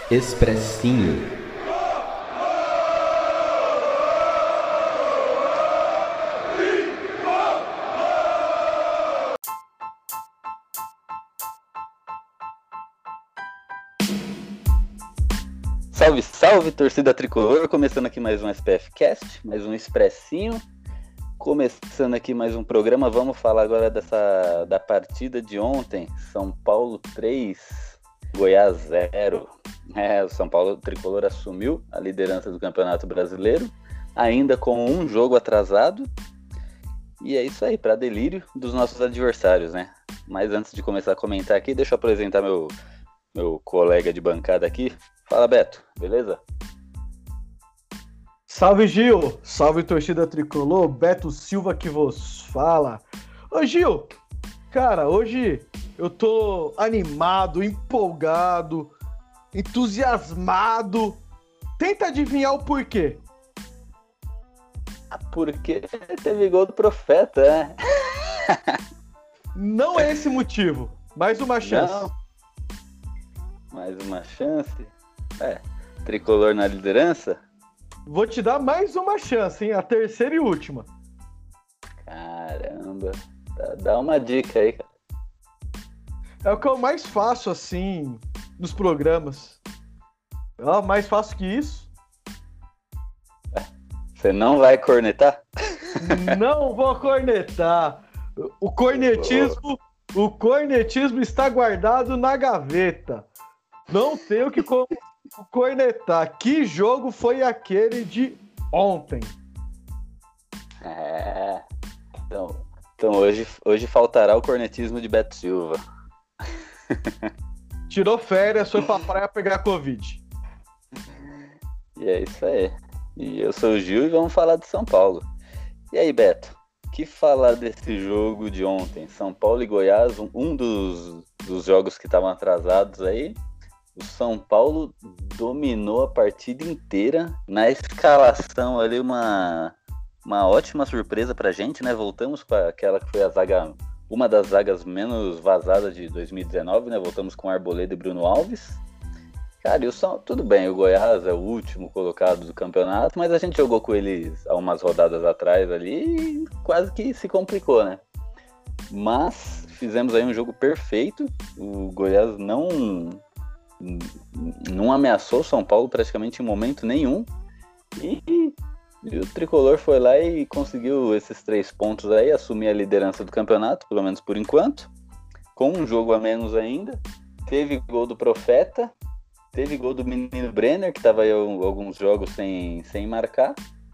Expressinho. Salve, salve, torcida tricolor, começando aqui mais um SPF Cast, mais um Expressinho, começando aqui mais um programa. Vamos falar agora da partida de ontem, São Paulo 3, Goiás 0. O São Paulo tricolor assumiu a liderança do Campeonato Brasileiro, ainda com um jogo atrasado, e é isso aí, para delírio dos nossos adversários, né? Mas antes de começar a comentar aqui, deixa eu apresentar meu colega de bancada aqui. Fala, Beto, beleza? Salve, Gil! Salve, torcida tricolor! Beto Silva que vos fala. Ô, Gil, cara, hoje eu tô animado, empolgado, entusiasmado. Tenta adivinhar o porquê. Porque teve gol do Profeta, né? Não é esse motivo. Mais uma chance. Não. Mais uma chance? Tricolor na liderança? Vou te dar mais uma chance, hein? A terceira e última. Caramba. Dá uma dica aí, cara. É o que eu mais faço, assim, nos programas. Mais fácil que isso? Você não vai cornetar? Não vou cornetar. O cornetismo está guardado na gaveta. Não tenho que cornetar. Que jogo foi aquele de ontem? Então hoje faltará o cornetismo de Beto Silva. Tirou férias, foi pra praia pegar Covid. E é isso aí. E eu sou o Gil e vamos falar de São Paulo. E aí, Beto, o que falar desse jogo de ontem? São Paulo e Goiás, um dos jogos que estavam atrasados aí. O São Paulo dominou a partida inteira. Na escalação ali, uma ótima surpresa pra gente, né? Voltamos com aquela que foi uma das zagas menos vazadas de 2019, né? Voltamos com Arboleda e Bruno Alves. Cara, tudo bem, o Goiás é o último colocado do campeonato, mas a gente jogou com eles há umas rodadas atrás ali e quase que se complicou, né? Mas fizemos aí um jogo perfeito. O Goiás não ameaçou o São Paulo praticamente em momento nenhum. E o Tricolor foi lá e conseguiu esses 3 pontos aí, assumir a liderança do campeonato, pelo menos por enquanto, com um jogo a menos ainda. Teve gol do Profeta, teve gol do menino Brenner, que estava aí alguns jogos sem marcar.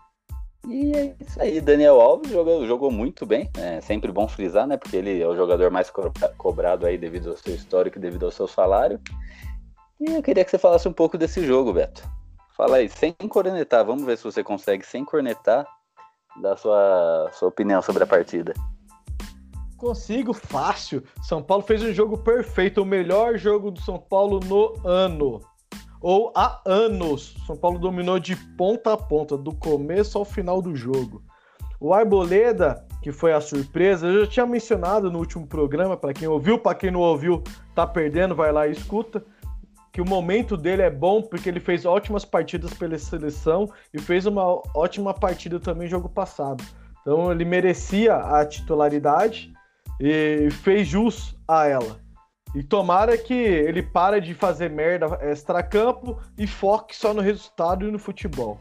E é isso aí, Daniel Alves jogou muito bem, é sempre bom frisar, né, porque ele é o jogador mais cobrado aí devido ao seu histórico e devido ao seu salário. E eu queria que você falasse um pouco desse jogo, Beto. Fala aí, sem cornetar, vamos ver se você consegue, sem cornetar, dar sua opinião sobre a partida. Consigo, fácil. São Paulo fez um jogo perfeito, o melhor jogo do São Paulo no ano. Ou há anos. São Paulo dominou de ponta a ponta, do começo ao final do jogo. O Arboleda, que foi a surpresa, eu já tinha mencionado no último programa, para quem ouviu, para quem não ouviu, tá perdendo, vai lá e escuta, que o momento dele é bom porque ele fez ótimas partidas pela seleção e fez uma ótima partida também no jogo passado. Então ele merecia a titularidade e fez jus a ela. E tomara que ele pare de fazer merda extracampo e foque só no resultado e no futebol.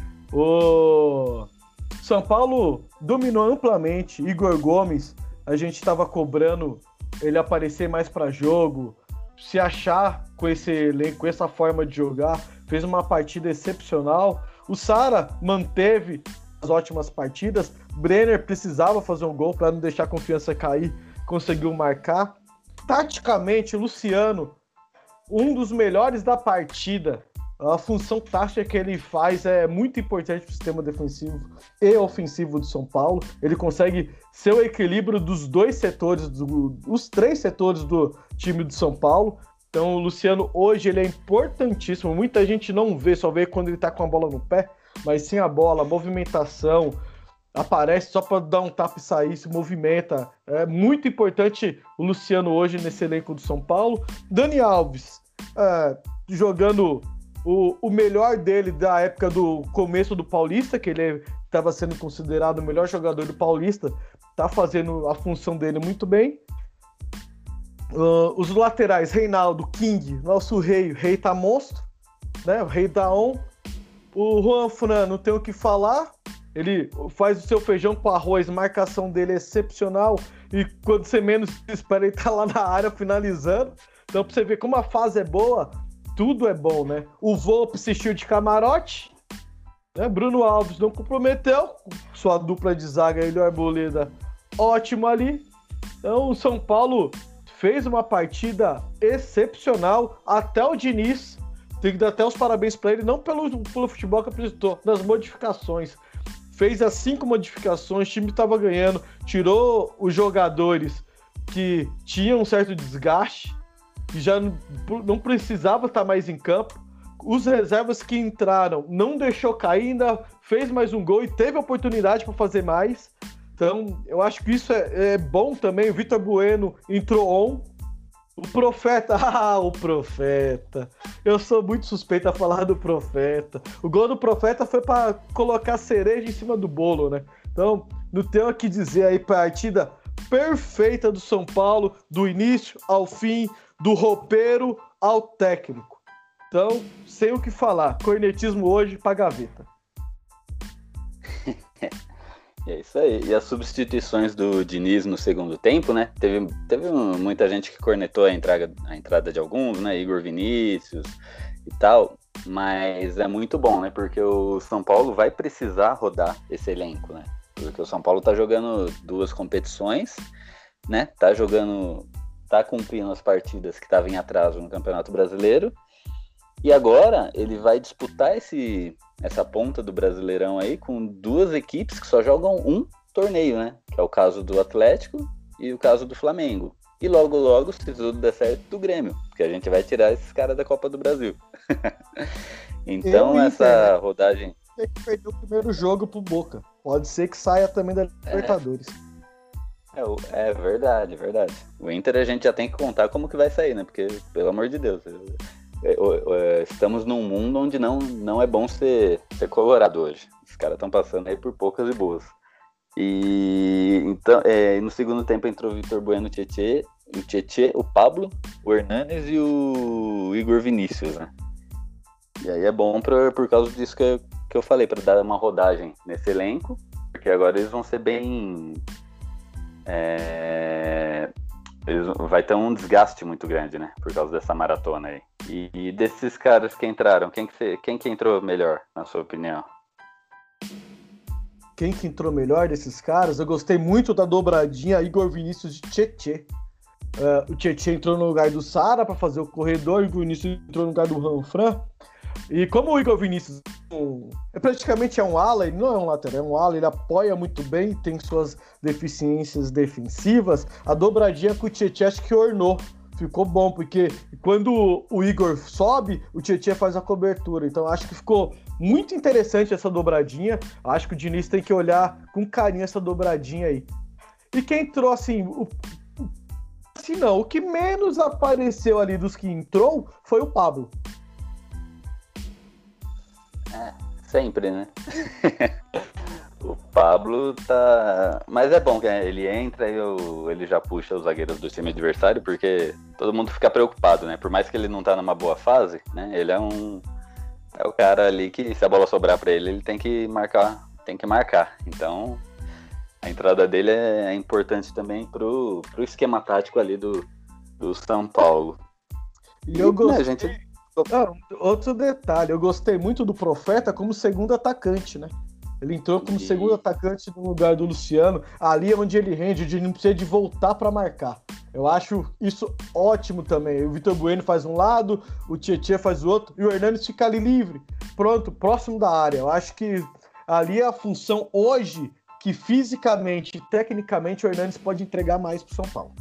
O São Paulo dominou amplamente. Igor Gomes, a gente estava cobrando ele aparecer mais para jogo, se achar com esse elenco, com essa forma de jogar, fez uma partida excepcional. O Sara manteve as ótimas partidas. Brenner precisava fazer um gol para não deixar a confiança cair, conseguiu marcar. Taticamente, o Luciano, um dos melhores da partida. A função tática que ele faz é muito importante para o sistema defensivo e ofensivo do São Paulo. Ele consegue ser o equilíbrio dos dois setores, os 3 setores do time do São Paulo. Então o Luciano hoje ele é importantíssimo. Muita gente não vê, só vê quando ele está com a bola no pé, mas sem a bola, a movimentação, aparece só para dar um tapa e sair, se movimenta. É muito importante o Luciano hoje nesse elenco do São Paulo. Dani Alves jogando o melhor dele da época do começo do Paulista, que ele estava sendo considerado o melhor jogador do Paulista, tá fazendo a função dele muito bem. Os laterais, Reinaldo, King, nosso rei tá monstro, né? O rei da on. O Juan Fran, não tem o que falar, ele faz o seu feijão com arroz, marcação dele é excepcional, e quando você menos espera, ele tá lá na área finalizando. Então, pra você ver como a fase é boa, tudo é bom, né? O Volpe assistiu de camarote, né? Bruno Alves não comprometeu, sua dupla de zaga, ele e o Arboleda, ótimo ali. Então, o São Paulo fez uma partida excepcional, até o Diniz, tem que dar até os parabéns para ele, não pelo futebol que apresentou, nas modificações. Fez as 5 modificações, o time estava ganhando, tirou os jogadores que tinham um certo desgaste, que já não precisava estar mais em campo. Os reservas que entraram não deixou cair, ainda fez mais um gol e teve a oportunidade para fazer mais. Então, eu acho que isso é bom também. O Vitor Bueno entrou on. O Profeta, o Profeta. Eu sou muito suspeito a falar do Profeta. O gol do Profeta foi para colocar cereja em cima do bolo, né? Então, não tenho o que dizer aí, partida perfeita do São Paulo, do início ao fim, do roupeiro ao técnico. Então, sem o que falar. Cornetismo hoje pra gaveta. É isso aí. E as substituições do Diniz no segundo tempo, né? Teve muita gente que cornetou a entrada de alguns, né? Igor Vinícius e tal. Mas é muito bom, né? Porque o São Paulo vai precisar rodar esse elenco, né? Porque o São Paulo tá jogando 2 competições, né? Tá cumprindo as partidas que estavam em atraso no Campeonato Brasileiro. E agora ele vai disputar essa ponta do Brasileirão aí com 2 equipes que só jogam um torneio, né? Que é o caso do Atlético e o caso do Flamengo. E logo, se tudo der certo, do Grêmio, porque a gente vai tirar esses caras da Copa do Brasil. Então essa rodagem... Tem que perder o primeiro jogo pro Boca. Pode ser que saia também da Libertadores. É verdade. O Inter a gente já tem que contar como que vai sair, né? Porque, pelo amor de Deus... Estamos num mundo onde não é bom ser colorado hoje. Os caras estão passando aí por poucas e boas. E então, no segundo tempo entrou o Vitor Bueno, o Tietê, o Pablo, o Hernanes e o Igor Vinícius, né? E aí é bom por causa disso que eu falei, para dar uma rodagem nesse elenco, porque agora eles vão ser bem... vai ter um desgaste muito grande, né? Por causa dessa maratona aí. E desses caras que entraram, quem que entrou melhor, na sua opinião? Quem que entrou melhor desses caras? Eu gostei muito da dobradinha Igor Vinícius de Tietê. O Tietê entrou no lugar do Sara para fazer o corredor, e o Vinícius entrou no lugar do Ranfran. E como o Igor Vinícius praticamente um ala, ele não é um lateral, é um ala, ele apoia muito bem, tem suas deficiências defensivas, a dobradinha com o Tietê acho que ornou. Ficou bom, porque quando o Igor sobe, o Tietê faz a cobertura. Então acho que ficou muito interessante essa dobradinha. Acho que o Diniz tem que olhar com carinho essa dobradinha aí. E quem entrou assim, o que menos apareceu ali dos que entrou foi o Pablo. Sempre, né? O Pablo tá... Mas é bom que ele entra e ele já puxa os zagueiros do time adversário, porque todo mundo fica preocupado, né? Por mais que ele não tá numa boa fase, né? Ele é o cara ali que, se a bola sobrar pra ele, ele tem que marcar. Então, a entrada dele é importante também pro esquema tático ali do São Paulo. E eu gostei... outro detalhe, eu gostei muito do Profeta como segundo atacante, né? Ele entrou como segundo atacante no lugar do Luciano. Ali é onde ele rende, onde ele não precisa de voltar para marcar. Eu acho isso ótimo também. O Vitor Bueno faz um lado, o Tietê faz o outro, e o Hernanes fica ali livre. Pronto, próximo da área. Eu acho que ali é a função hoje que fisicamente e tecnicamente o Hernanes pode entregar mais pro São Paulo.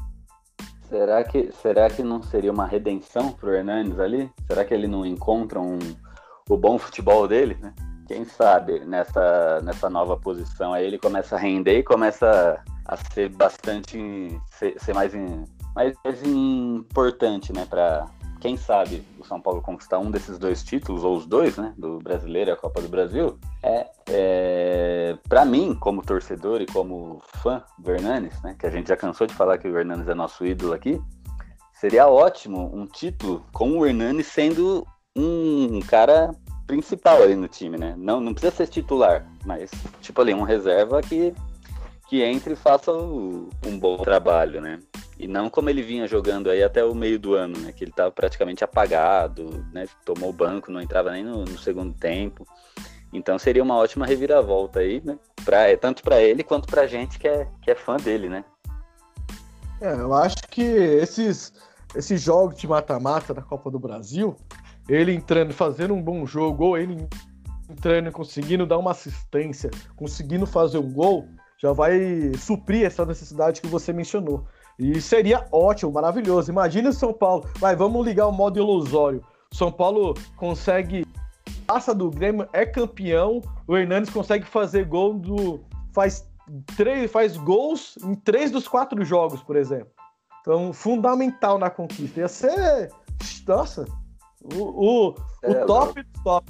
Será que não seria uma redenção pro Hernanes ali? Será que ele não encontra o bom futebol dele, né? Quem sabe nessa nova posição aí ele começa a render e começa a ser bastante, ser mais importante, né, para quem sabe o São Paulo conquistar um desses 2 títulos, ou os 2, né, do Brasileiro e a Copa do Brasil, para mim, como torcedor e como fã do Hernanes, né, que a gente já cansou de falar que o Hernanes é nosso ídolo aqui, seria ótimo um título com o Hernanes sendo um cara principal ali no time, né? Não precisa ser titular, mas tipo ali, um reserva que entre e faça um bom trabalho, né? E não como ele vinha jogando aí até o meio do ano, né? Que ele estava praticamente apagado, né? Tomou o banco, não entrava nem no segundo tempo. Então seria uma ótima reviravolta aí, né? Tanto para ele quanto pra gente que é fã dele, né? Eu acho que esses jogos de mata-mata da Copa do Brasil, ele entrando, fazendo um bom jogo, ou ele entrando e conseguindo dar uma assistência, conseguindo fazer um gol, já vai suprir essa necessidade que você mencionou. E seria ótimo, maravilhoso. Imagina o São Paulo. Vamos ligar o modo ilusório. São Paulo consegue, passa do Grêmio, é campeão. O Hernanes consegue fazer gol faz gols em 3 dos 4 jogos, por exemplo. Então, fundamental na conquista. Ia ser, nossa, o top do top.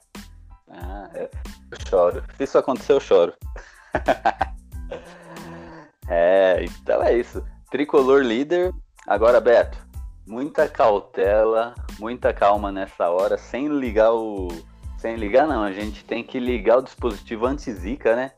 Eu choro. Se isso acontecer, eu choro. Então é isso. Tricolor líder. Agora, Beto, muita cautela, muita calma nessa hora, sem ligar não, a gente tem que ligar o dispositivo anti-zica, né?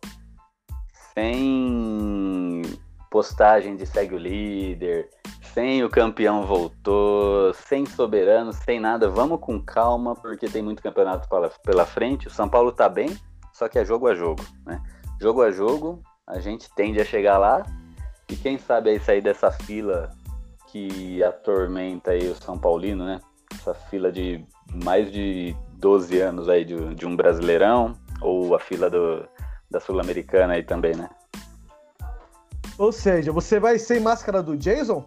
Sem postagem de segue o líder, sem o campeão voltou, sem soberano, sem nada. Vamos com calma, porque tem muito campeonato pela frente. O São Paulo tá bem, só que é jogo a jogo, né? Jogo a jogo, a gente tende a chegar lá. E quem sabe aí sair dessa fila que atormenta aí o São Paulino, né? Essa fila de mais de 12 anos aí de um Brasileirão, ou a fila da Sul-Americana aí também, né? Ou seja, você vai sem máscara do Jason?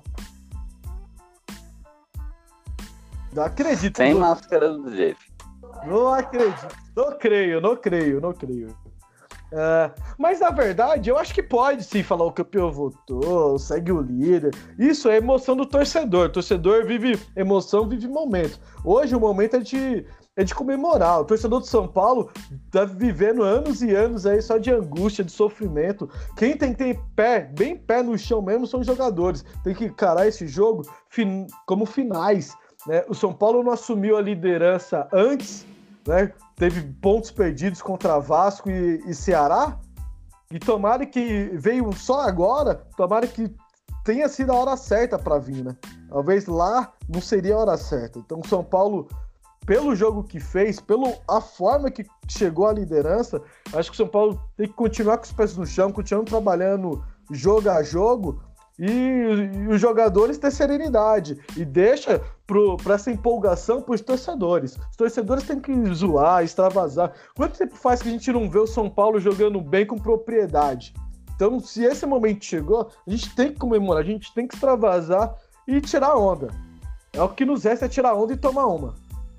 Não acredito. Sem máscara do Jason. Não acredito. Não creio. Mas na verdade, eu acho que pode sim falar o campeão votou, segue o líder. Isso é emoção do torcedor. O torcedor vive emoção, vive momento. Hoje o momento é de comemorar. O torcedor do São Paulo tá vivendo anos e anos aí só de angústia, de sofrimento. Quem tem que ter bem pé no chão mesmo são os jogadores. Tem que encarar esse jogo como finais, né? O São Paulo não assumiu a liderança antes, né? Teve pontos perdidos contra Vasco e Ceará, e tomara que veio só agora, tomara que tenha sido a hora certa para vir, né? Talvez lá não seria a hora certa. Então o São Paulo, pelo jogo que fez, pela forma que chegou à liderança, acho que o São Paulo tem que continuar com os pés no chão, continuando trabalhando jogo a jogo, e os jogadores ter serenidade e deixa para essa empolgação para os torcedores. Os torcedores têm que zoar, extravasar. Quanto tempo faz que a gente não vê o São Paulo jogando bem com propriedade? Então, se esse momento chegou, a gente tem que comemorar, a gente tem que extravasar e tirar onda. É o que nos resta, é tirar onda e tomar uma.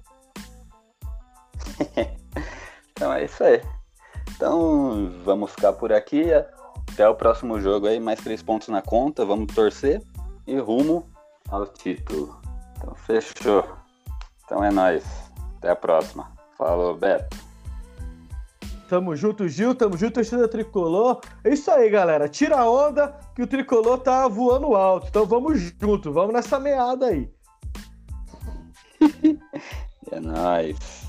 Então é isso aí. Então vamos ficar por aqui. Até o próximo jogo aí, mais 3 pontos na conta, vamos torcer e rumo ao título. Então fechou. Então é nóis. Até a próxima. Falou, Beto. Tamo junto, Gil. Tamo junto, torcida Tricolor. É isso aí, galera. Tira a onda que o Tricolor tá voando alto. Então vamos junto. Vamos nessa meada aí. É nóis.